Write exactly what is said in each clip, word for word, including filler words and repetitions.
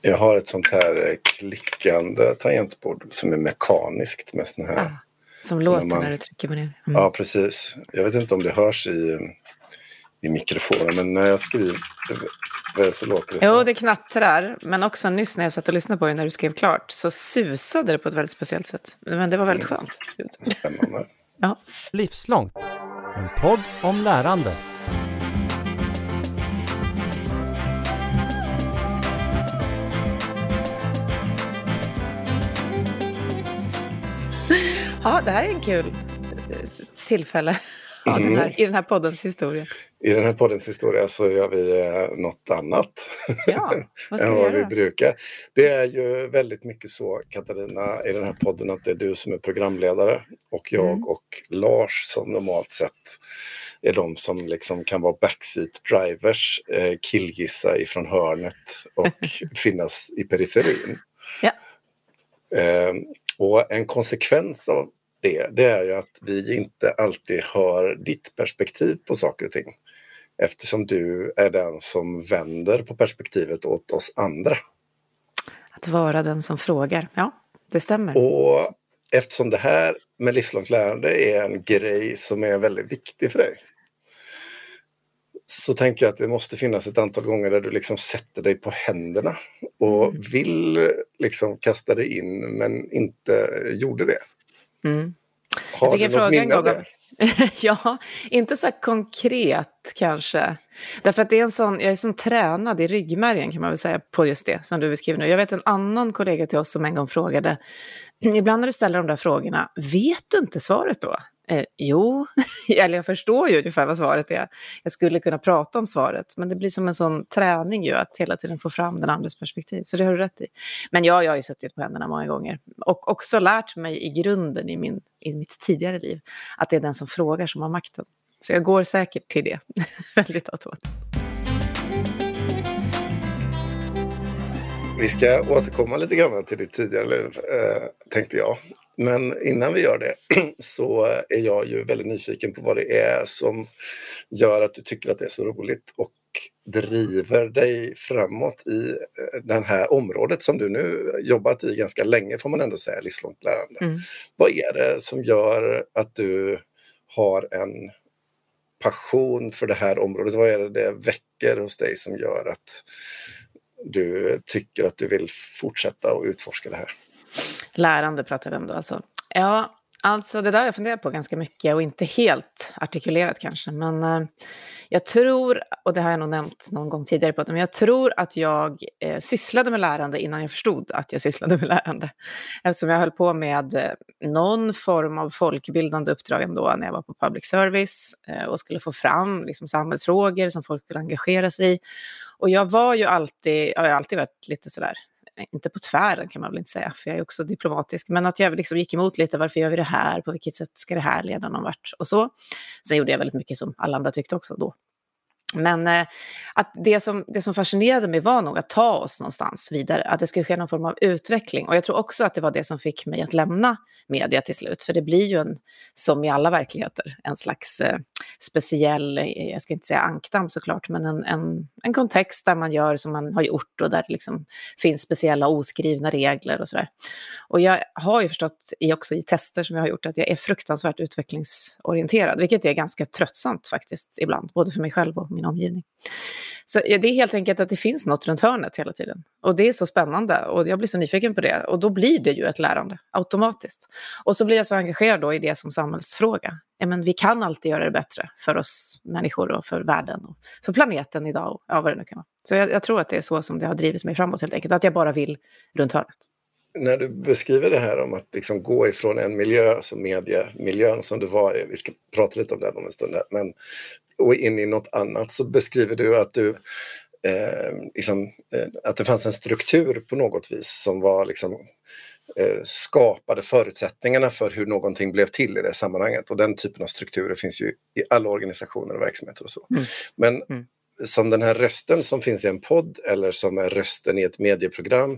Jag har ett sånt här klickande tangentbord som är mekaniskt med sån här. Ah, som, som låter när, man, när du trycker på det. Mm. Ja, precis. Jag vet inte om det hörs i, i mikrofonen, men när jag skriver så låter det så. Jo, det knattrar, men också nyss när jag satt och lyssnade på det när du skrev klart så susade det på ett väldigt speciellt sätt. Men det var väldigt Mm. skönt. Spännande. Ja. Livslångt. En podd om lärande. Ja, det här är en kul tillfälle ja, den här, i den här poddens historia. I den här poddens historia så gör vi eh, något annat Ja, vad ska än vi vad vi göra? brukar. Det är ju väldigt mycket så, Katarina, i den här podden att det är du som är programledare och jag Mm. och Lars som normalt sett är de som liksom kan vara backseat drivers, eh, killgissa ifrån hörnet och finnas i periferin. Ja. Eh, och en konsekvens av det, det är ju att vi inte alltid har ditt perspektiv på saker och ting. Eftersom du är den som vänder på perspektivet åt oss andra. Att vara den som frågar. Ja, det stämmer. Och eftersom det här med livslångt lärande är en grej som är väldigt viktig för dig. Så tänker jag att det måste finnas ett antal gånger där du liksom sätter dig på händerna. Och Mm. vill liksom kasta dig in men inte gjorde det. Mm. Har Jag fick du en något fråga en minne av gång det? om... Ja, inte så konkret kanske. Därför att det är en sån, jag är som tränad i ryggmärgen kan man väl säga på just det som du beskriver nu. Jag vet en annan kollega till oss som en gång frågade, ibland när du ställer de där frågorna, vet du inte svaret då? Eh, jo, eller jag förstår ju ungefär vad svaret är. Jag skulle kunna prata om svaret, men det blir som en sån träning ju att hela tiden få fram den andres perspektiv. Så det har du rätt i. Men ja, jag har ju suttit på händerna många gånger och också lärt mig i grunden i, min, i mitt tidigare liv att det är den som frågar som har makten. Så jag går säkert till det, väldigt automatiskt. Vi ska återkomma lite grann till ditt tidigare liv, eh, tänkte jag. Men innan vi gör det så är jag ju väldigt nyfiken på vad det är som gör att du tycker att det är så roligt och driver dig framåt i det här området som du nu jobbat i ganska länge, får man ändå säga, livslångt lärande. Mm. Vad är det som gör att du har en passion för det här området? Vad är det det väcker hos dig som gör att du tycker att du vill fortsätta och utforska det här? Lärande pratar vi om då alltså. Ja, alltså det där har jag funderat på ganska mycket och inte helt artikulerat kanske. Men eh, jag tror, och det har jag nog nämnt någon gång tidigare på det, men jag tror att jag eh, sysslade med lärande innan jag förstod att jag sysslade med lärande. Eftersom jag höll på med eh, någon form av folkbildande uppdrag ändå när jag var på public service eh, och skulle få fram liksom, samhällsfrågor som folk skulle engagera sig i. Och jag var ju alltid, jag har alltid varit lite sådär, inte på tvären kan man väl inte säga, för jag är också diplomatisk, men att jag liksom gick emot lite, varför gör vi det här, på vilket sätt ska det här leda någon vart och så. Sen gjorde jag väldigt mycket som alla andra tyckte också då. Men eh, att det som, det som fascinerade mig var nog att ta oss någonstans vidare, att det skulle ske någon form av utveckling. Och jag tror också att det var det som fick mig att lämna media till slut, för det blir ju en, som i alla verkligheter, en slags eh, speciell, jag ska inte säga ankdamm såklart, men en, en, en kontext där man gör som man har gjort och där det liksom finns speciella oskrivna regler och sådär. Och jag har ju förstått i, också i tester som jag har gjort att jag är fruktansvärt utvecklingsorienterad, vilket är ganska tröttsamt faktiskt ibland, både för mig själv och min omgivning. Så det är helt enkelt att det finns något runt hörnet hela tiden. Och det är så spännande och jag blir så nyfiken på det. Och då blir det ju ett lärande automatiskt. Och så blir jag så engagerad då i det som samhällsfråga. Ja, men vi kan alltid göra det bättre för oss människor och för världen och för planeten idag och ja, vad det nu kan vara. Så jag, jag tror att det är så som det har drivit mig framåt helt enkelt. Att jag bara vill runt hörnet. När du beskriver det här om att liksom gå ifrån en miljö som mediemiljön som du var i, vi ska prata lite om det om en stund här, men och in i något annat, så beskriver du att du eh, liksom, eh, att det fanns en struktur på något vis som var liksom eh, skapade förutsättningarna för hur någonting blev till i det sammanhanget, och den typen av strukturer finns ju i alla organisationer och verksamheter och så. Mm. Men mm. som den här rösten som finns i en podd, eller som är rösten i ett medieprogram,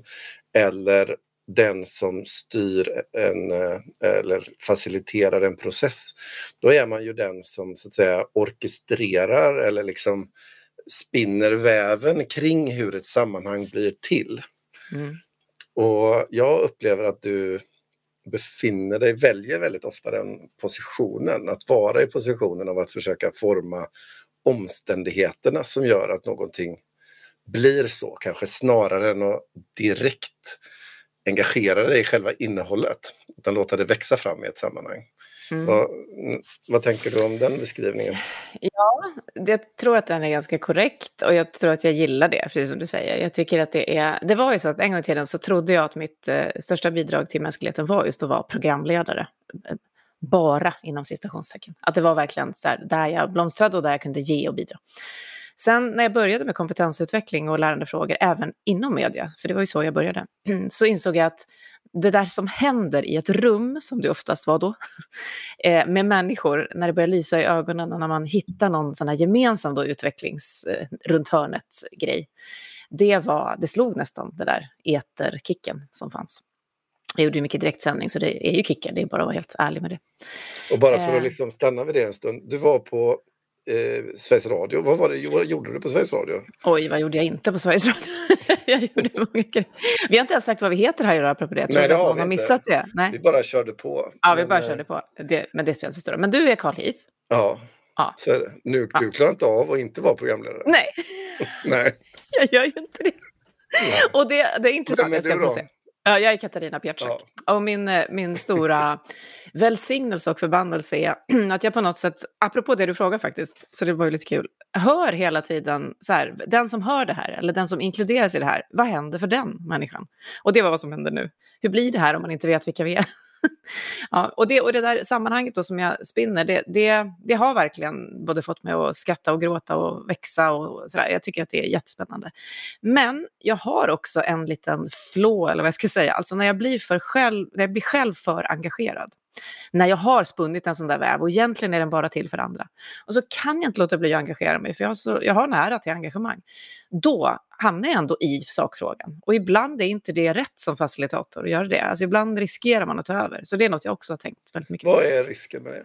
eller den som styr en, eller faciliterar en process, då är man ju den som så att säga orkestrerar eller liksom spinner väven kring hur ett sammanhang blir till. Mm. Och jag upplever att du befinner dig, väljer väldigt ofta den positionen, att vara i positionen av att försöka forma omständigheterna som gör att någonting blir så, kanske snarare än att direkt engagera dig i själva innehållet, utan låta det växa fram i ett sammanhang. Mm. Vad, vad tänker du om den beskrivningen? Ja, jag tror att den är ganska korrekt och jag tror att jag gillar det, precis som du säger. Jag tycker att det är, det var ju så att en gång i tiden så trodde jag att mitt eh, största bidrag till mänskligheten var just att vara programledare. Bara inom citationstecken. Att det var verkligen så här, där jag blomstrade och där jag kunde ge och bidra. Sen när jag började med kompetensutveckling och lärandefrågor även inom media, för det var ju så jag började, så insåg jag att det där som händer i ett rum, som det oftast var då, med människor, när det börjar lysa i ögonen och när man hittar någon sån här gemensam då utvecklings runt hörnet grej, det var, det slog nästan det där eterkicken som fanns. Jag gjorde ju mycket direktsändning, så det är ju kickar, det är bara att vara helt ärlig med det. Och bara för att liksom stanna vid det en stund, du var på eh, Sveriges Radio, vad var det, vad gjorde du på Sveriges Radio? Oj, vad gjorde jag inte på Sveriges Radio? Jag gjorde många grejer. Vi har inte ens sagt vad vi heter här idag, apropå det. Jag tror Nej, det att har många vi har inte. missat det. Nej. Vi bara körde på. Ja, men, vi bara körde på. Det, men det spelar inte så stor. Men du är Carl Heath. Ja, ja. Så är det. Nu, ja. Du klarar inte av att inte vara programledare. Nej, Nej. Jag gör ju inte det. Nej. Och det, det är intressant. Men, men jag ska få se. Ja, jag är Katarina Pietschak. Ja. Och min, min stora välsignelse och förbannelse är att jag på något sätt, apropå det du frågar faktiskt, så det var ju lite kul, hör hela tiden så här, den som hör det här, eller den som inkluderas i det här, vad händer för den människan? Och det var vad som händer nu. Hur blir det här om man inte vet vilka vi är? Ja, och, det, och det där sammanhanget då som jag spinner, det, det, det har verkligen både fått mig att skratta och gråta och växa och sådär. Jag tycker att det är jättespännande. Men jag har också en liten flå, eller vad jag ska säga. Alltså när jag blir, för själv, när jag blir själv för engagerad. När jag har spunnit en sån där väv och egentligen är den bara till för andra. Och så kan jag inte låta bli att engagera mig, för jag har, så, jag har nära till engagemang. Då hamnar jag ändå i sakfrågan. Och ibland är inte det rätt som facilitator att göra det. Alltså ibland riskerar man att ta över. Så det är något jag också har tänkt väldigt mycket på. Vad är risken med det?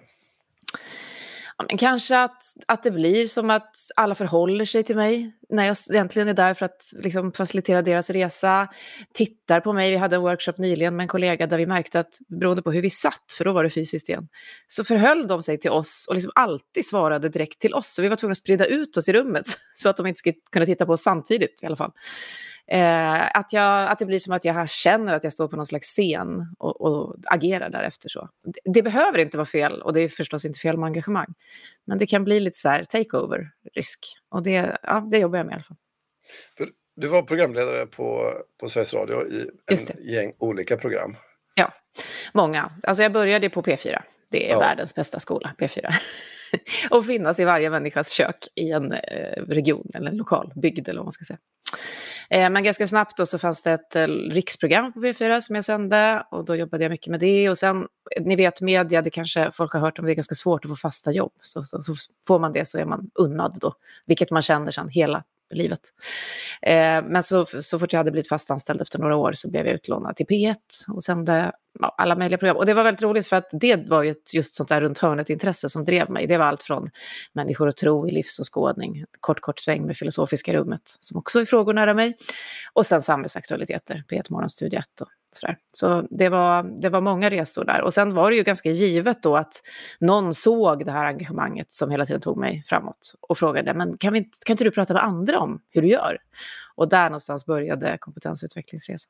Ja, men kanske att, att det blir som att alla förhåller sig till mig när jag egentligen är där för att liksom facilitera deras resa, tittar på mig. Vi hade en workshop nyligen med en kollega där vi märkte att beroende på hur vi satt, för då var det fysiskt igen, så förhöll de sig till oss och liksom alltid svarade direkt till oss. Så vi var tvungna att sprida ut oss i rummet så att de inte skulle kunna titta på oss samtidigt i alla fall. Eh, att, jag, att det blir som att jag känner att jag står på någon slags scen och, och agerar därefter så. Det, det behöver inte vara fel, och det är förstås inte fel med engagemang. Men det kan bli lite så här takeover-risk. Och det, ja, det jobbar jag med i alla fall. För du var programledare på, på Sveriges Radio i en gäng olika program. Ja, många. Alltså jag började på P fyra. Det är ja. världens bästa skola, P fyra. Och finnas i varje människas kök i en eh, region eller en lokal bygd eller vad man ska säga. Eh, men ganska snabbt då så fanns det ett eh, riksprogram på P fyra som jag sände, och då jobbade jag mycket med det. Och sen, ni vet media, det kanske folk har hört om, det är ganska svårt att få fasta jobb. Så, så, så får man det så är man unnad då, vilket man känner sedan hela livet. Eh, men så, så fort jag hade blivit fastanställd efter några år så blev jag utlånad till P ett och sände ja, alla möjliga program. Och det var väldigt roligt för att det var ju ett, just sånt där runt hörnet intresse som drev mig. Det var allt från människor och tro i livsåskådning, kort kort sväng med filosofiska rummet som också är frågor nära mig. Och sen samhällsaktualiteter, P ett Morgonstudio ett och sådär. Så det var, det var många resor där. Och sen var det ju ganska givet då att någon såg det här engagemanget som hela tiden tog mig framåt och frågade, men kan, vi inte, kan inte du prata med andra om hur du gör? Och där någonstans började kompetensutvecklingsresan.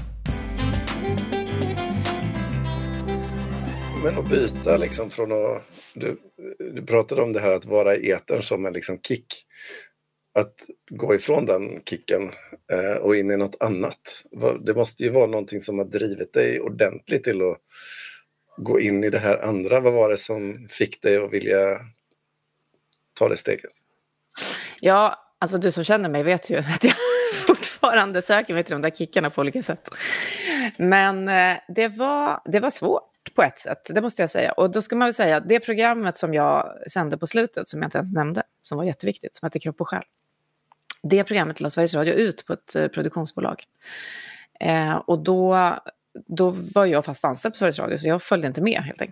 Men att byta liksom från att, du, du pratade om det här att vara i etern som en liksom kick. Att gå ifrån den kicken eh, och in i något annat. Det måste ju vara någonting som har drivit dig ordentligt till att gå in i det här andra. Vad var det som fick dig att vilja ta det steget? Ja, alltså du som känner mig vet ju att jag fortfarande söker mig till de där kickarna på olika sätt. Men eh, det, var, det var svårt på ett sätt, det måste jag säga. Och då ska man väl säga att det programmet som jag sände på slutet, som jag inte ens nämnde, som var jätteviktigt, som heter Kropp och själ. Det programmet la Sveriges Radio ut på ett eh, produktionsbolag. Eh, och då, då var jag fast anställd på Sveriges Radio, så jag följde inte med helt enkelt.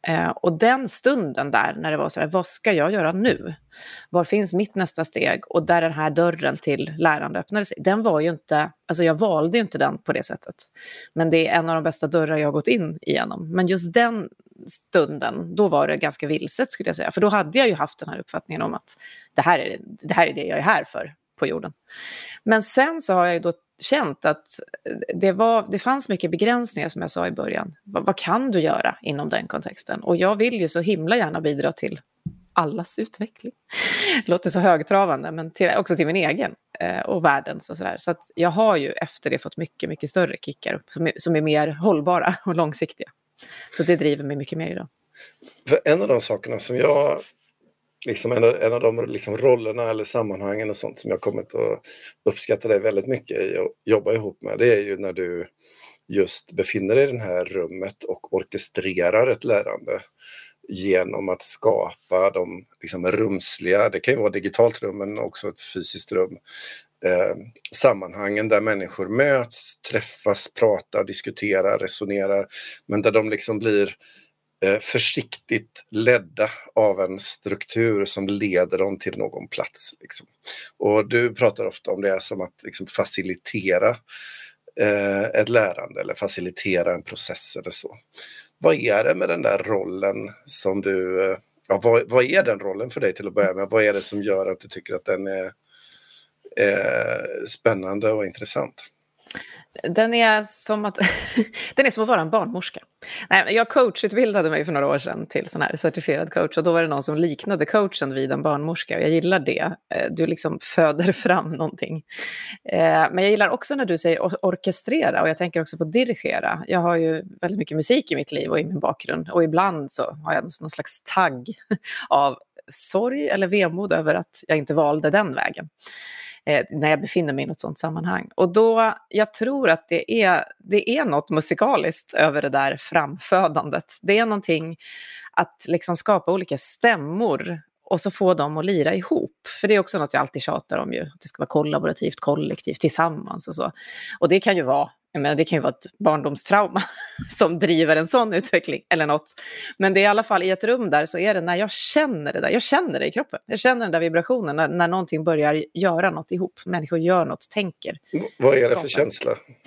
Eh, och den stunden där, när det var så här, vad ska jag göra nu? Var finns mitt nästa steg? Och där den här dörren till lärande öppnade sig, den var ju inte, alltså jag valde ju inte den på det sättet. Men det är en av de bästa dörrar jag har gått in igenom. Men just den stunden, då var det ganska vilset skulle jag säga. För då hade jag ju haft den här uppfattningen om att det här är det, här är det jag är här för på jorden. Men sen så har jag ju då känt att det, var, det fanns mycket begränsningar som jag sa i början. Vad, vad kan du göra inom den kontexten? Och jag vill ju så himla gärna bidra till allas utveckling. Det låter så högtravande, men till, också till min egen eh, och världens och sådär. Så att jag har ju efter det fått mycket, mycket större kickar som är, som är mer hållbara och långsiktiga. Så det driver mig mycket mer idag. För en av de sakerna som jag liksom en av, en av de liksom rollerna eller sammanhangen och sånt som jag kommit att uppskatta dig väldigt mycket i och jobba ihop med, det är ju när du just befinner dig i det här rummet och orkestrerar ett lärande genom att skapa de liksom rumsliga, det kan ju vara digitalt rum men också ett fysiskt rum, eh, sammanhangen där människor möts, träffas, pratar, diskuterar, resonerar, men där de liksom blir försiktigt ledda av en struktur som leder dem till någon plats. Liksom. Och du pratar ofta om det som att liksom facilitera eh, ett lärande eller facilitera en process eller så. Vad är det med den där rollen som du... Ja, vad, vad är den rollen för dig till att börja med? Vad är det som gör att du tycker att den är eh, spännande och intressant? Den är som att den är som att vara en barnmorska. Nej, jag coachutbildade mig för några år sedan till sån här certifierad coach och då var det någon som liknade coachen vid en barnmorska. Jag gillar det. Du liksom föder fram någonting. Men jag gillar också när du säger orkestrera och jag tänker också på dirigera. Jag har ju väldigt mycket musik i mitt liv och i min bakgrund och ibland så har jag någon slags tagg av sorg eller vemod över att jag inte valde den vägen. Eh, när jag befinner mig i något sånt sammanhang. Och då, jag tror att det är, det är något musikaliskt över det där framfödandet. Det är någonting att liksom skapa olika stämmor och så få dem att lira ihop. För det är också något jag alltid tjatar om ju. Att det ska vara kollaborativt, kollektivt, tillsammans och så. Och det kan ju vara Men det kan ju vara ett barndomstrauma som driver en sån utveckling eller något. Men det är i alla fall i ett rum där så är det när jag känner det där. Jag känner det i kroppen. Jag känner den där vibrationen när, när någonting börjar göra något ihop. Människor gör något, tänker. Vad är det för känsla?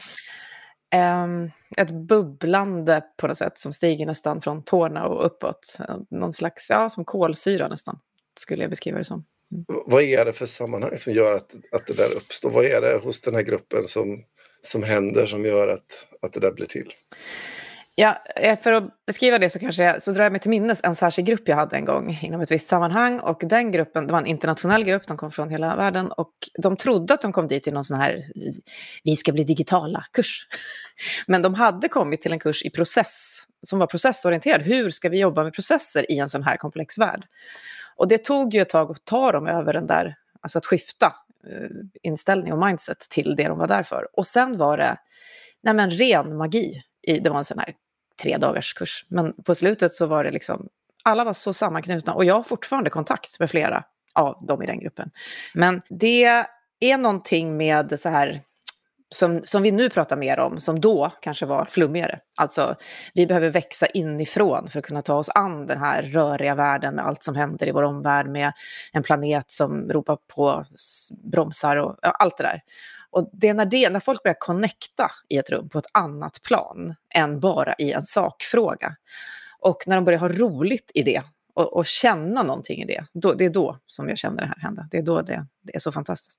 Um, ett bubblande på något sätt som stiger nästan från tårna och uppåt. Någon slags, ja, som kolsyra nästan skulle jag beskriva det som. Mm. Vad är det för sammanhang som gör att, att det där uppstår? Vad är det hos den här gruppen som... som händer som gör att, att det där blir till? Ja, för att beskriva det så kanske jag, så drar jag mig till minnes en särskild grupp jag hade en gång inom ett visst sammanhang och den gruppen, det var en internationell grupp, de kom från hela världen och de trodde att de kom dit till någon sån här vi ska bli digitala kurs. Men de hade kommit till en kurs i process som var processorienterad. Hur ska vi jobba med processer i en sån här komplex värld? Och det tog ju ett tag att ta dem över den där, alltså att skifta inställning och mindset till det de var där för. Och sen var det nej men, ren magi. I, det var en sån här tre dagars kurs. Men på slutet så var det liksom, alla var så sammanknutna. Och jag har fortfarande kontakt med flera av dem i den gruppen. Men det är någonting med så här... Som, som vi nu pratar mer om, som då kanske var flummigare. Alltså, vi behöver växa inifrån för att kunna ta oss an den här röriga världen med allt som händer i vår omvärld, med en planet som ropar på bromsar och ja, allt det där. Och det är när, det, när folk börjar connecta i ett rum på ett annat plan än bara i en sakfråga. Och när de börjar ha roligt i det och, och känna någonting i det, då, det är då som jag känner det här hända. Det är då det, det är så fantastiskt.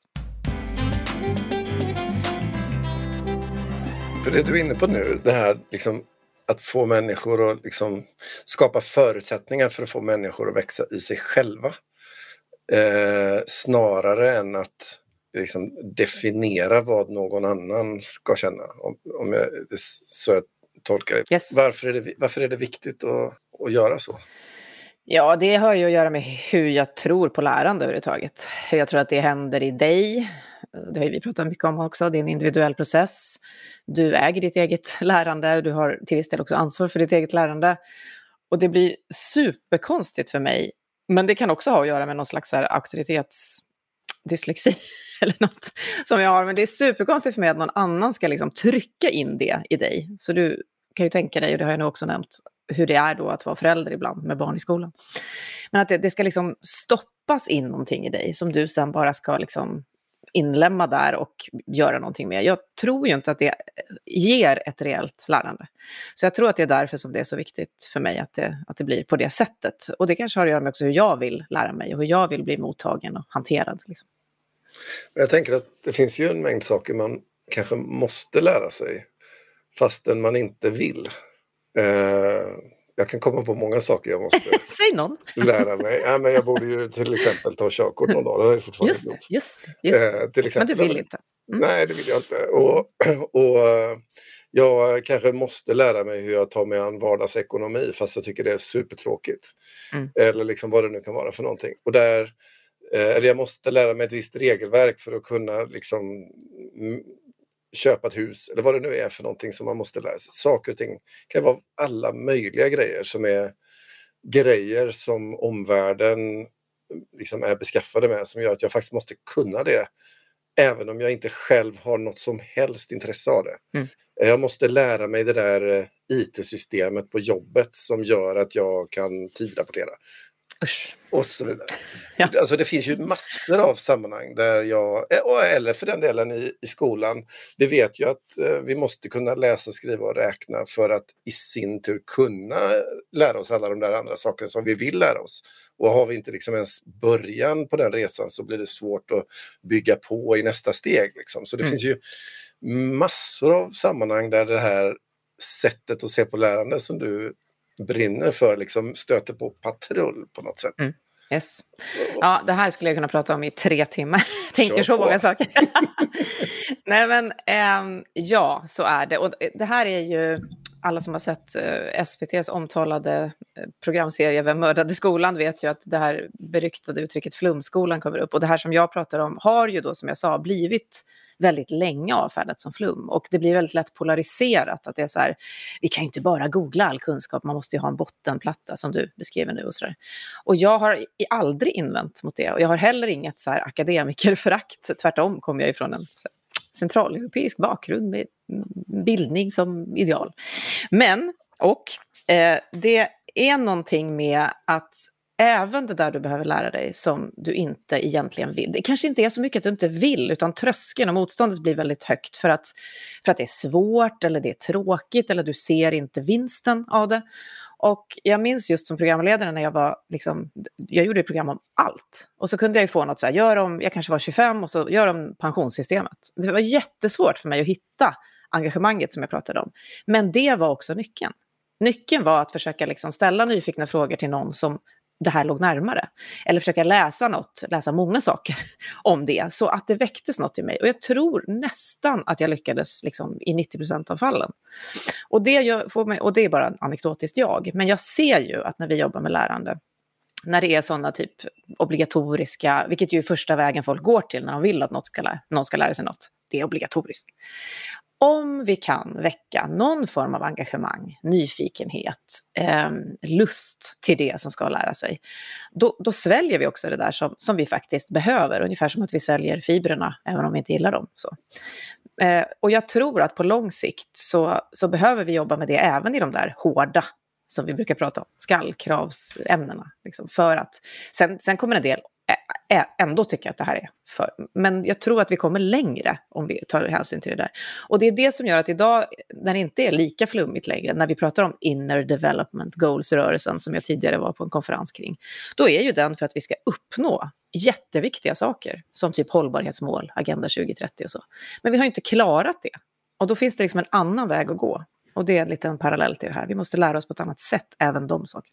För det du är inne på nu, det här liksom, att få människor att liksom, skapa förutsättningar för att få människor att växa i sig själva. Eh, snarare än att liksom, definiera vad någon annan ska känna. Om, om jag, så jag tolkar det. Yes. Varför är det, varför är det viktigt att, att göra så? Ja, det har ju att göra med hur jag tror på lärande överhuvudtaget. Hur jag tror att det händer i dig. Det har vi pratat mycket om också. Det är en individuell process. Du äger ditt eget lärande. Du har till viss del också ansvar för ditt eget lärande. Och det blir superkonstigt för mig. Men det kan också ha att göra med någon slags här auktoritetsdyslexi. Eller något som jag har. Men det är superkonstigt för mig att någon annan ska liksom trycka in det i dig. Så du kan ju tänka dig, och det har jag nu också nämnt, hur det är då att vara förälder ibland med barn i skolan. Men att det, det ska liksom stoppas in någonting i dig som du sen bara ska liksom inlämna där och göra någonting med. Jag tror ju inte att det ger ett reellt lärande. Så jag tror att det är därför som det är så viktigt för mig att det, att det blir på det sättet. Och det kanske har att göra med också hur jag vill lära mig och hur jag vill bli mottagen och hanterad. Liksom. Jag tänker att det finns ju en mängd saker man kanske måste lära sig fastän man inte vill. Eh, jag kan komma på många saker jag måste Säg någon. lära mig. Ja, men jag borde ju till exempel ta körkort någon dag. Det har jag fortfarande Just det, gjort. just det. Just det. Eh, till exempel, Men du vill inte. Mm. Nej, det vill jag inte. Och, och jag kanske måste lära mig hur jag tar mig an vardagsekonomi fast jag tycker det är supertråkigt. Mm. Eller liksom vad det nu kan vara för någonting. Och där, eller jag måste lära mig ett visst regelverk för att kunna liksom köpa ett hus. Eller vad det nu är för någonting som man måste lära sig. Saker och ting kan vara alla möjliga grejer som är grejer som omvärlden liksom är beskaffade med. Som gör att jag faktiskt måste kunna det. Även om jag inte själv har något som helst intresse av det. Mm. Jag måste lära mig det där I T-systemet på jobbet som gör att jag kan tidrapportera. Usch. Och så vidare. Ja. Alltså det finns ju massor av sammanhang där jag, eller för den delen i, i skolan, vi vet ju att eh, vi måste kunna läsa, skriva och räkna för att i sin tur kunna lära oss alla de där andra sakerna som vi vill lära oss. Och har vi inte liksom ens början på den resan så blir det svårt att bygga på i nästa steg. Liksom. Så det mm. finns ju massor av sammanhang där det här sättet att se på lärande som du brinner för liksom stöter på patrull på något sätt. Mm. Yes. Ja, det här skulle jag kunna prata om i tre timmar. Tänker så många saker. Nej men, ähm, ja, så är det. Och det här är ju, alla som har sett eh, S V T:s omtalade eh, programserie Vem mördade skolan vet ju att det här beryktade uttrycket flumskolan kommer upp. Och det här som jag pratar om har ju då, som jag sa, blivit väldigt länge avfärdat som flum. Och det blir väldigt lätt polariserat. Att det är så här, vi kan ju inte bara googla all kunskap. Man måste ju ha en bottenplatta som du beskriver nu och så där. Och jag har aldrig invänt mot det. Och jag har heller inget så här akademikerförakt. Tvärtom kommer jag ifrån en så här centraleuropeisk bakgrund med bildning som ideal. Men, och eh, det är någonting med att även det där du behöver lära dig som du inte egentligen vill. Det kanske inte är så mycket att du inte vill, utan tröskeln och motståndet blir väldigt högt för att, för att det är svårt eller det är tråkigt eller du ser inte vinsten av det. Och jag minns just som programledare när jag var liksom, jag gjorde ett program om allt. Och så kunde jag ju få något så här, gör om, jag kanske var tjugofem och så gör om pensionssystemet. Det var jättesvårt för mig att hitta engagemanget som jag pratade om. Men det var också nyckeln. Nyckeln var att försöka liksom ställa nyfikna frågor till någon som det här låg närmare. Eller försöka läsa något, läsa många saker om det. Så att det väcktes något i mig. Och jag tror nästan att jag lyckades liksom i nittio procent av fallen. Och det, gör, får mig, och det är bara anekdotiskt jag. Men jag ser ju att när vi jobbar med lärande, när det är sådana typ obligatoriska, vilket ju är första vägen folk går till när de vill att något ska lära, någon ska lära sig något. Det är obligatoriskt. Om vi kan väcka någon form av engagemang, nyfikenhet, eh, lust till det som ska lära sig, då, då sväljer vi också det där som, som vi faktiskt behöver. Ungefär som att vi sväljer fibrerna, även om vi inte gillar dem. Så. Eh, och jag tror att på lång sikt så, så behöver vi jobba med det även i de där hårda, som vi brukar prata om, skallkravsämnena. Liksom, för att, sen, sen kommer en del ändå tycker att det här är för. Men jag tror att vi kommer längre om vi tar hänsyn till det där. Och det är det som gör att idag, när det inte är lika flummigt längre, när vi pratar om inner development goals-rörelsen som jag tidigare var på en konferens kring, då är ju den för att vi ska uppnå jätteviktiga saker som typ hållbarhetsmål, Agenda tjugo trettio och så. Men vi har ju inte klarat det. Och då finns det liksom en annan väg att gå. Och det är en liten parallell till det här. Vi måste lära oss på ett annat sätt, även de sakerna.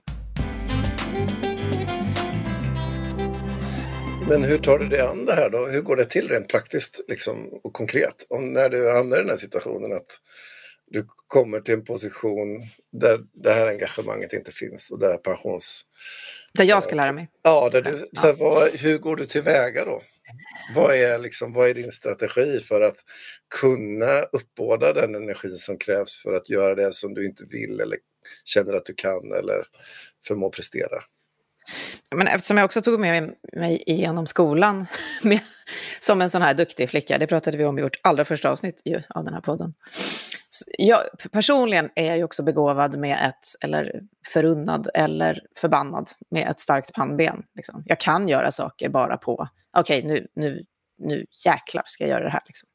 Men hur tar du dig an det här då? Hur går det till rent praktiskt liksom, och konkret? Om när du hamnar i den här situationen att du kommer till en position där det här engagemanget inte finns och där pensions... Där jag ska lära mig. Ja, där du, så här, vad, hur går du tillväga då? Vad är, liksom, vad är din strategi för att kunna uppbåda den energi som krävs för att göra det som du inte vill eller känner att du kan eller förmå prestera? Men eftersom jag också tog med mig igenom skolan med, som en sån här duktig flicka, det pratade vi om i vårt allra första avsnitt ju, av den här podden, Jag, personligen är jag ju också begåvad med ett, eller förunnad eller förbannad med ett starkt pannben. Liksom. Jag kan göra saker bara på, okej okay, nu, nu, nu jäklar ska jag göra det här. Liksom.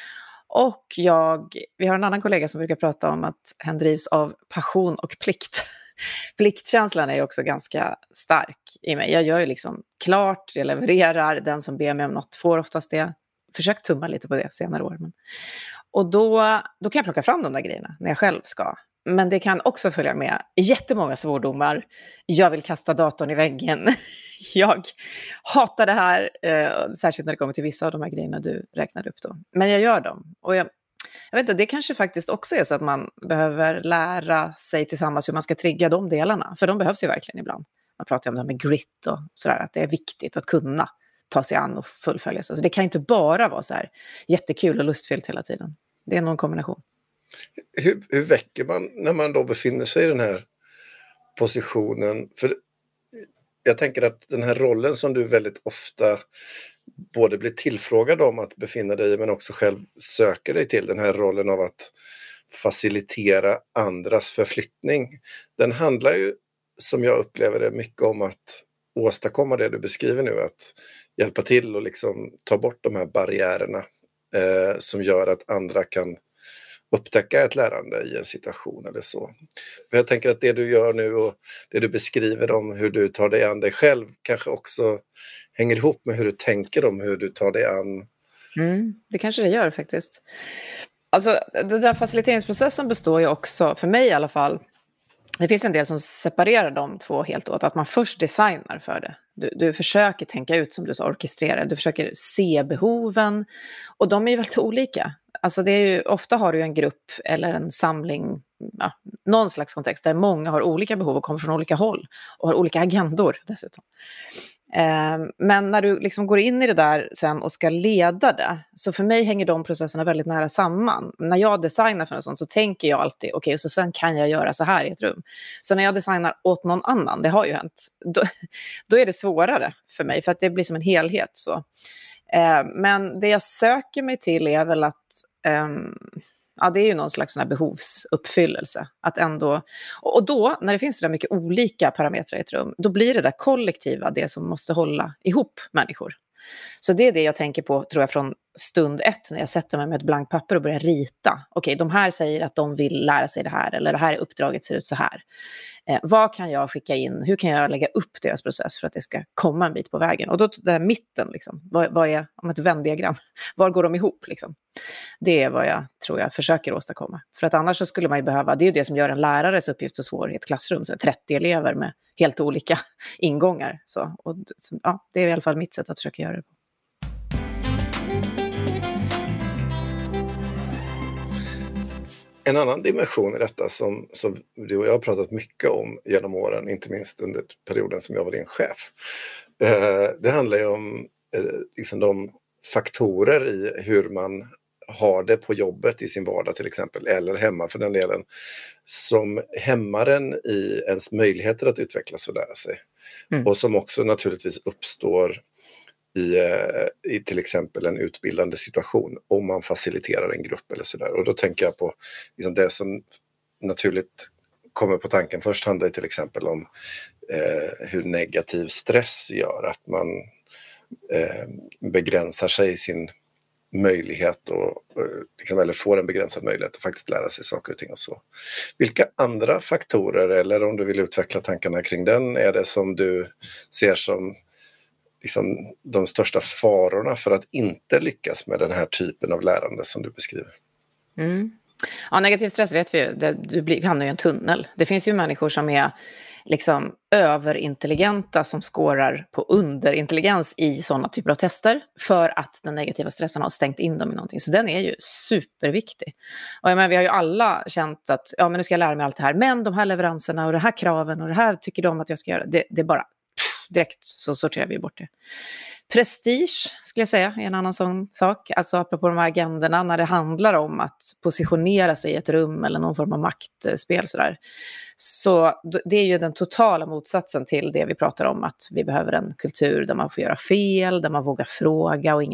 Och jag, vi har en annan kollega som brukar prata om att han drivs av passion och plikt. Pliktkänslan är ju också ganska stark i mig. Jag gör ju liksom klart, jag levererar, den som ber mig om något får oftast det. Försökt tumma lite på det senare år. Men... Och då, då kan jag plocka fram de där grejerna när jag själv ska. Men det kan också följa med jättemånga svordomar. Jag vill kasta datorn i väggen. Jag hatar det här. Eh, särskilt när det kommer till vissa av de här grejerna du räknade upp då. Men jag gör dem. Och jag, jag vet inte, det kanske faktiskt också är så att man behöver lära sig tillsammans hur man ska trigga de delarna. För de behövs ju verkligen ibland. Man pratar ju om det här med grit och sådär. Att det är viktigt att kunna ta sig an och fullfölja. Så det kan inte bara vara så här jättekul och lustfyllt hela tiden. Det är någon kombination. Hur, hur väcker man när man då befinner sig i den här positionen? För jag tänker att den här rollen som du väldigt ofta både blir tillfrågad om att befinna dig i men också själv söker dig till, den här rollen av att facilitera andras förflyttning. Den handlar ju, som jag upplever det, mycket om att åstadkomma det du beskriver nu, att hjälpa till och liksom ta bort de här barriärerna eh, som gör att andra kan upptäcka ett lärande i en situation eller så. För jag tänker att det du gör nu och det du beskriver om hur du tar dig an dig själv kanske också hänger ihop med hur du tänker om hur du tar dig an. Mm, det kanske det gör faktiskt. Alltså den där faciliteringsprocessen består ju också, för mig i alla fall, det finns en del som separerar de två helt åt. Att man först designar för det. Du, du försöker tänka ut, som du sa, orkestrera. Du försöker se behoven. Och de är ju väldigt olika. Alltså det är ju, ofta har du en grupp eller en samling, ja, någon slags kontext där många har olika behov och kommer från olika håll. Och har olika agendor dessutom. Eh, men när du liksom går in i det där sen och ska leda det, så för mig hänger de processerna väldigt nära samman. När jag designar för något sånt så tänker jag alltid, okej, okay, så sen kan jag göra så här i ett rum. Så när jag designar åt någon annan, det har ju hänt, då, då är det svårare för mig, för att det blir som en helhet så. Eh, men det jag söker mig till är väl att Um, ja, det är ju någon slags sån här behovsuppfyllelse. Att ändå, och då, när det finns så där mycket olika parametrar i ett rum, då blir det där kollektiva det som måste hålla ihop människor. Så det är det jag tänker på, tror jag, från stund ett när jag sätter mig med ett blankt papper och börjar rita. Okej, de här säger att de vill lära sig det här, eller det här uppdraget ser ut så här. Eh, vad kan jag skicka in? Hur kan jag lägga upp deras process för att det ska komma en bit på vägen? Och då där mitten, liksom, vad, vad är om ett vändiagram? Var går de ihop? Liksom? Det är vad jag tror jag försöker åstadkomma. För att annars så skulle man ju behöva, det är ju det som gör en lärares uppgift så svår i ett klassrum, så trettio elever med helt olika ingångar. Så, och, så, ja, det är i alla fall mitt sätt att försöka göra det på. En annan dimension i detta som, som du och jag har pratat mycket om genom åren, inte minst under perioden som jag var din chef. Eh, det handlar ju om eh, liksom de faktorer i hur man har det på jobbet i sin vardag till exempel, eller hemma för den delen, som hämmar en i ens möjligheter att utvecklas och lära sig. Mm. Och som också naturligtvis uppstår I, i till exempel en utbildande situation om man faciliterar en grupp eller sådär. Och då tänker jag på liksom det som naturligt kommer på tanken. Först handlar det till exempel om eh, hur negativ stress gör att man eh, begränsar sig i sin möjlighet och, liksom, eller får en begränsad möjlighet att faktiskt lära sig saker och ting och så. Vilka andra faktorer, eller om du vill utveckla tankarna kring den, är det som du ser som liksom de största farorna för att inte lyckas med den här typen av lärande som du beskriver? Mm. Ja, negativ stress vet vi ju, det, du blir, hamnar ju i en tunnel. Det finns ju människor som är liksom överintelligenta som skårar på underintelligens i sådana typer av tester för att den negativa stressen har stängt in dem i någonting. Så den är ju superviktig. Och jag menar, vi har ju alla känt att ja, men nu ska jag lära mig allt det här, men de här leveranserna och de här kraven och det här tycker de att jag ska göra, det, det är bara direkt så sorterar vi bort det. Prestige skulle jag säga är en annan sån sak. Alltså apropå de här agenderna, när det handlar om att positionera sig i ett rum eller någon form av maktspel sådär. Så det är ju den totala motsatsen till det vi pratar om, att vi behöver en kultur där man får göra fel, där man vågar fråga och ingen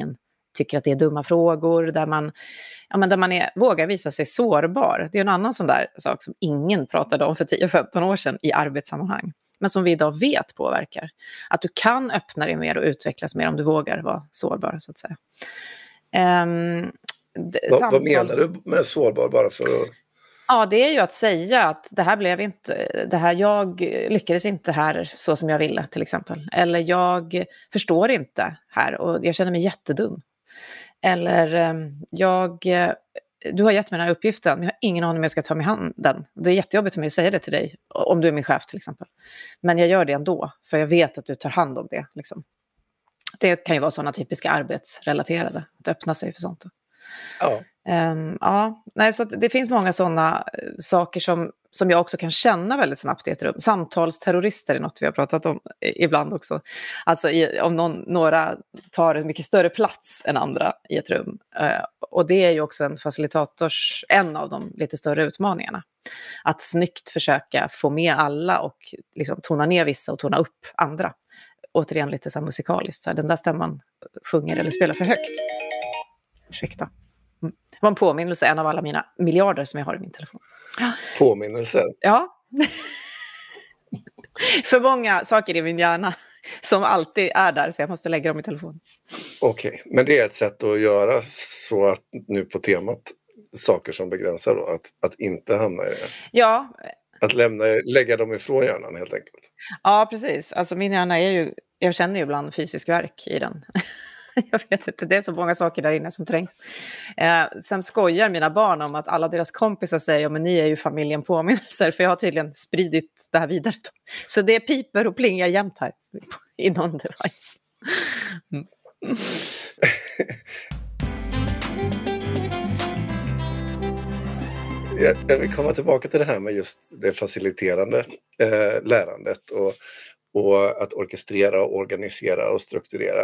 tycker att det är dumma frågor, där man, ja, men där man är, vågar visa sig sårbar. Det är en annan sån där sak som ingen pratade om för tio femton år sedan i arbetssammanhang, men som vi idag vet påverkar. Att du kan öppna dig mer och utvecklas mer om du vågar vara sårbar, så att säga. Um, d- vad, samtals... vad menar du med sårbar, bara för att... Ja, det är ju att säga att det här blev inte, det här, jag lyckades inte här så som jag ville till exempel. Eller jag förstår inte här och jag känner mig jättedum. Eller jag, du har gett mig den här uppgiften, men jag har ingen aning om jag ska ta mig hand den. Det är jättejobbigt för mig att säga det till dig, om du är min chef till exempel. Men jag gör det ändå, för jag vet att du tar hand om det. Liksom. Det kan ju vara sådana typiska arbetsrelaterade, att öppna sig för sånt. Ja. Um, ja, nej, så att det finns många sådana saker som, som jag också kan känna väldigt snabbt i ett rum. Samtalsterrorister är något vi har pratat om ibland också. Alltså i, om någon, några tar en mycket större plats än andra i ett rum. Uh, och det är ju också en facilitators, en av de lite större utmaningarna. Att snyggt försöka få med alla och liksom tona ner vissa och tona upp andra. Återigen lite så här musikaliskt. Så här, den där stämman sjunger eller spelar för högt. Ursäkta. Det var en påminnelse, en av alla mina miljarder som jag har i min telefon. Påminnelser? Ja. För många saker i min hjärna som alltid är där, så jag måste lägga dem i telefon. Okej, okay. Men det är ett sätt att göra så att nu på temat saker som begränsar då, att, att inte hamna i det. Ja. Att lämna, lägga dem ifrån hjärnan helt enkelt. Ja, precis. Alltså min hjärna är ju, jag känner ju ibland fysisk verk i den. Jag vet inte, det är så många saker där inne som trängs. Eh, sen skojar mina barn om att alla deras kompisar säger, men ni är ju familjen påminnelser, för jag har tydligen spridit det här vidare. Så det piper och plingar jämt här i någon device. Mm. jag, jag vill komma tillbaka till det här med just det faciliterande eh, lärandet och, och att orkestrera och organisera och strukturera.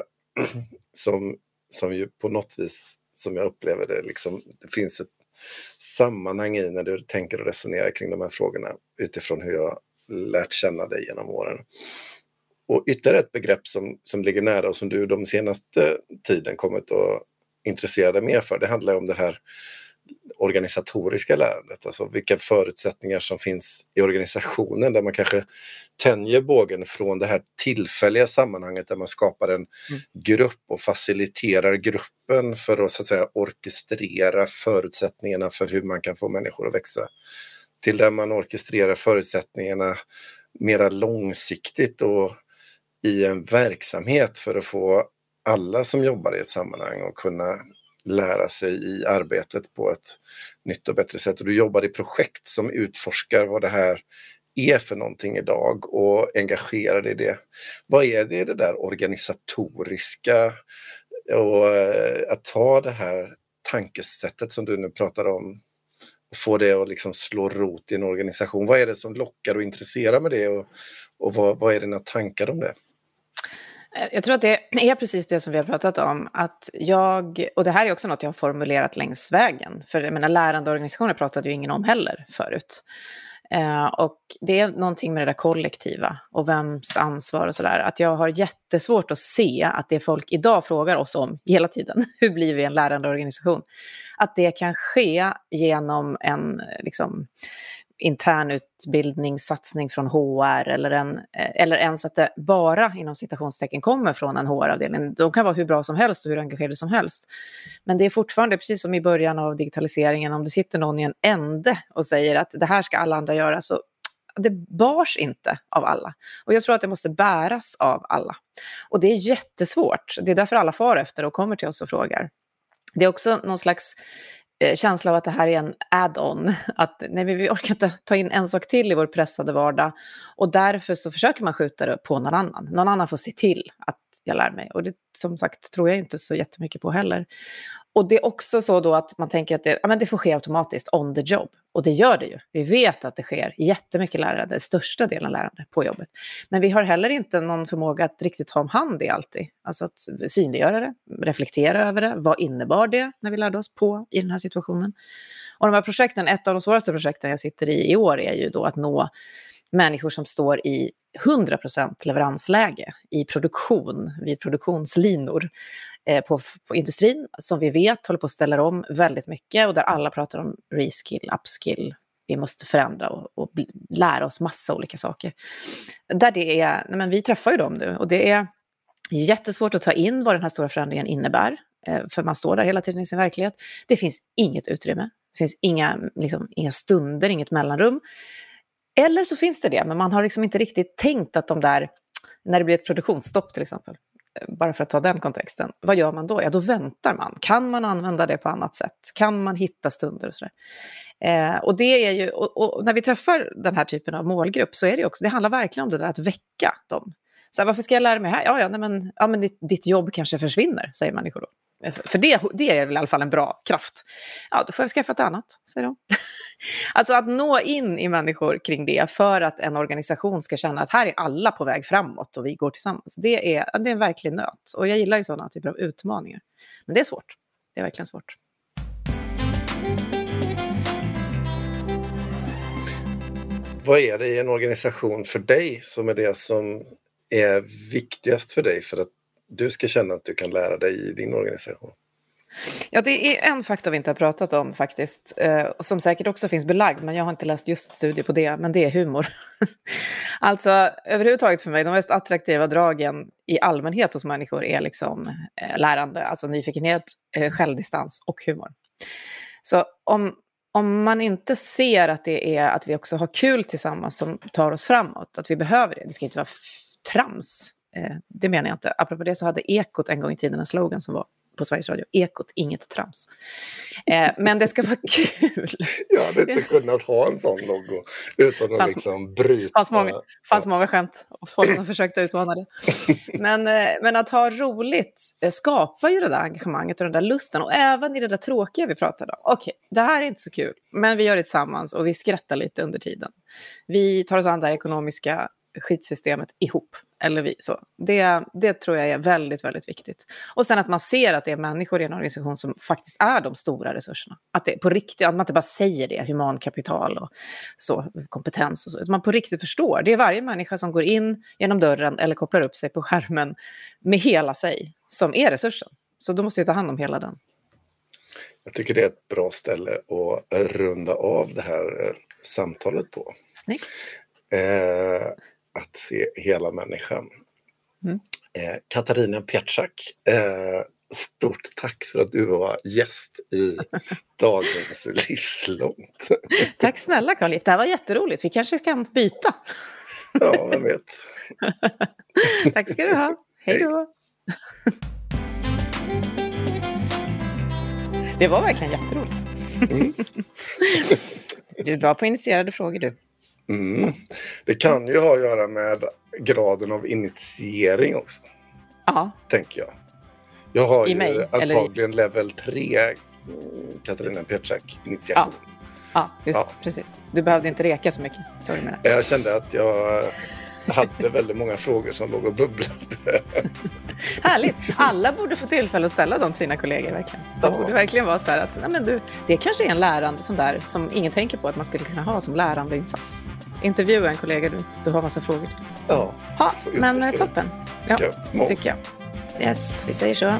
Som, som ju på något vis, som jag upplever det, liksom, det finns ett sammanhang i när du tänker och resonerar kring de här frågorna utifrån hur jag lärt känna dig genom åren. Och ytterligare ett begrepp som, som ligger nära och som du de senaste tiden kommit att intressera dig mer för, det handlar om det här organisatoriska lärandet, alltså vilka förutsättningar som finns i organisationen där man kanske tänjer bågen från det här tillfälliga sammanhanget där man skapar en mm. grupp och faciliterar gruppen för att så att säga orkestrera förutsättningarna för hur man kan få människor att växa, till där man orkestrerar förutsättningarna mera långsiktigt och i en verksamhet för att få alla som jobbar i ett sammanhang att kunna lära sig i arbetet på ett nytt och bättre sätt. Och du jobbar i projekt som utforskar vad det här är för någonting idag och engagerar dig i det. Vad är det det där organisatoriska och att ta det här tankesättet som du nu pratar om och få det att liksom slå rot i en organisation? Vad är det som lockar och intresserar med det och, och vad, vad är dina tankar om det? Jag tror att det är precis det som vi har pratat om, att jag, och det här är också något jag har formulerat längs vägen, för jag menar, lärande organisationer pratade ju ingen om heller förut. Eh, och det är någonting med det där kollektiva och vems ansvar och sådär, att jag har jättesvårt att se att det folk idag frågar oss om hela tiden, hur blir vi en lärande organisation, att det kan ske genom en liksom intern utbildningssatsning från H R eller, en, eller ens att det bara inom citationstecken kommer från en H R-avdelning. De kan vara hur bra som helst och hur engagerade som helst. Men det är fortfarande precis som i början av digitaliseringen, om det sitter någon i en ände och säger att det här ska alla andra göra, så det bärs inte av alla. Och jag tror att det måste bäras av alla. Och det är jättesvårt. Det är därför alla far efter och kommer till oss och frågar. Det är också någon slags känsla av att det här är en add-on, att nej, vi orkar inte ta in en sak till i vår pressade vardag, och därför så försöker man skjuta det på någon annan. Någon annan får se till att jag lär mig, och det som sagt tror jag inte så jättemycket på heller. Och det är också så då att man tänker att det, ja, men det får ske automatiskt on the job. Och det gör det ju. Vi vet att det sker jättemycket lärande, den största delen lärande på jobbet. Men vi har heller inte någon förmåga att riktigt ta om hand i alltid. Alltså att synliggöra det, reflektera över det. Vad innebar det när vi lärde oss på i den här situationen? Och de här projekten, ett av de svåraste projekten jag sitter i i år är ju då att nå människor som står i hundra procent leveransläge i produktion, vid produktionslinor. eh, på, på industrin som vi vet håller på att ställa om väldigt mycket och där alla pratar om reskill, upskill. Vi måste förändra och, och bli, lära oss massa olika saker. Där det är, nej men vi träffar ju dem nu och det är jättesvårt att ta in vad den här stora förändringen innebär. Eh, för man står där hela tiden i sin verklighet. Det finns inget utrymme. Det finns inga, liksom, inga stunder, inget mellanrum. Eller så finns det det, men man har liksom inte riktigt tänkt att de där, när det blir ett produktionsstopp till exempel, bara för att ta den kontexten, vad gör man då? Ja, då väntar man. Kan man använda det på annat sätt? Kan man hitta stunder och sådär? Eh, och det är ju, och, och när vi träffar den här typen av målgrupp så är det också, det handlar verkligen om det där att väcka dem. Så här, varför ska jag lära mig här? Ja, ja, nej, men, ja men ditt, ditt jobb kanske försvinner, säger människor då. För det, det är väl i alla fall en bra kraft. Ja, då får jag skaffa ett annat, säger de. Alltså att nå in i människor kring det för att en organisation ska känna att här är alla på väg framåt och vi går tillsammans. Det är, det är en verklig nöt. Och jag gillar ju sådana typer av utmaningar. Men det är svårt. Det är verkligen svårt. Vad är det i en organisation för dig som är det som är viktigast för dig för att du ska känna att du kan lära dig i din organisation? Ja, det är en faktor vi inte har pratat om faktiskt, eh, som säkert också finns belagd, men jag har inte läst just studier på det, men det är humor. Alltså överhuvudtaget för mig, de mest attraktiva dragen i allmänhet hos människor är liksom eh, lärande, alltså nyfikenhet, eh, självdistans och humor. Så om, om man inte ser att det är att vi också har kul tillsammans som tar oss framåt, att vi behöver det, det ska inte vara f- trams, eh, det menar jag inte. Apropå det så hade Ekot en gång i tiden en slogan som var på Sveriges Radio, Ekot, inget trams. Eh, men det ska vara kul. Jag hade inte kunnat ha en sån logo utan att fanns, liksom bryta. fanns många, fanns många skämt och folk som försökte utmana det. Men, eh, men att ha roligt eh, skapar ju det där engagemanget och den där lusten. Och även i det där tråkiga vi pratade om. Okej, det här är inte så kul, men vi gör det tillsammans och vi skrattar lite under tiden. Vi tar oss an det här ekonomiska skitsystemet ihop. Eller vi, så. Det, det tror jag är väldigt, väldigt viktigt. Och sen att man ser att det är människor i en organisation som faktiskt är de stora resurserna. Att det på riktigt, att man inte bara säger det, humankapital och så, kompetens och så. Att man på riktigt förstår. Det är varje människa som går in genom dörren eller kopplar upp sig på skärmen med hela sig som är resursen. Så då måste vi ta hand om hela den. Jag tycker det är ett bra ställe att runda av det här samtalet på. Snyggt. Eh, att se hela människan. Mm. Eh, Katarina Pietschak, eh, stort tack för att du var gäst i dagens Livslångt. Tack snälla Carl, det här var jätteroligt. Vi kanske kan byta. Ja, vem vet. Tack ska du ha. Hej då. Det var verkligen jätteroligt. Mm. Du är bra på initierade frågor du. Mm. Det kan ju ha att göra med graden av initiering också. Ja. Tänker jag. Jag har I ju mig, antagligen eller? level tre Katarina Pietschak initiation. Ja, ja just ja. Precis. Du behövde inte reka så mycket. Sorry, men jag kände att jag hade väldigt många frågor som låg och bubblade. Härligt. Alla borde få tillfälle att ställa dem till sina kollegor verkligen. Det borde verkligen vara så här att nej men du, det kanske är en lärande som där som ingen tänker på att man skulle kunna ha som lärande insats. Intervjua en kollega du, du har massa frågor till. Ja. Ha, men toppen. Ja, Gött, tycker jag. Yes, vi säger så.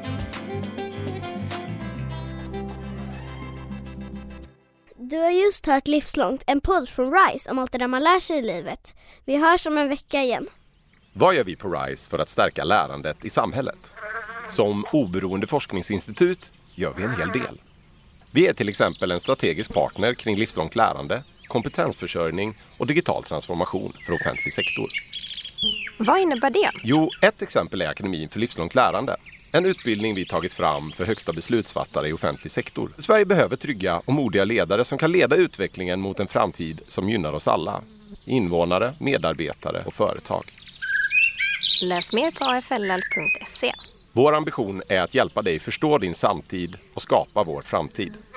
Du har just hört Livslångt, en podd från RISE om allt det där man lär sig i livet. Vi hörs om en vecka igen. Vad gör vi på RISE för att stärka lärandet i samhället? Som oberoende forskningsinstitut gör vi en hel del. Vi är till exempel en strategisk partner kring livslångt lärande, kompetensförsörjning och digital transformation för offentlig sektor. Vad innebär det? Jo, ett exempel är Akademin för livslångt lärande. En utbildning vi tagit fram för högsta beslutsfattare i offentlig sektor. Sverige behöver trygga och modiga ledare som kan leda utvecklingen mot en framtid som gynnar oss alla. Invånare, medarbetare och företag. Läs mer på a f l l punkt se. Vår ambition är att hjälpa dig förstå din samtid och skapa vår framtid.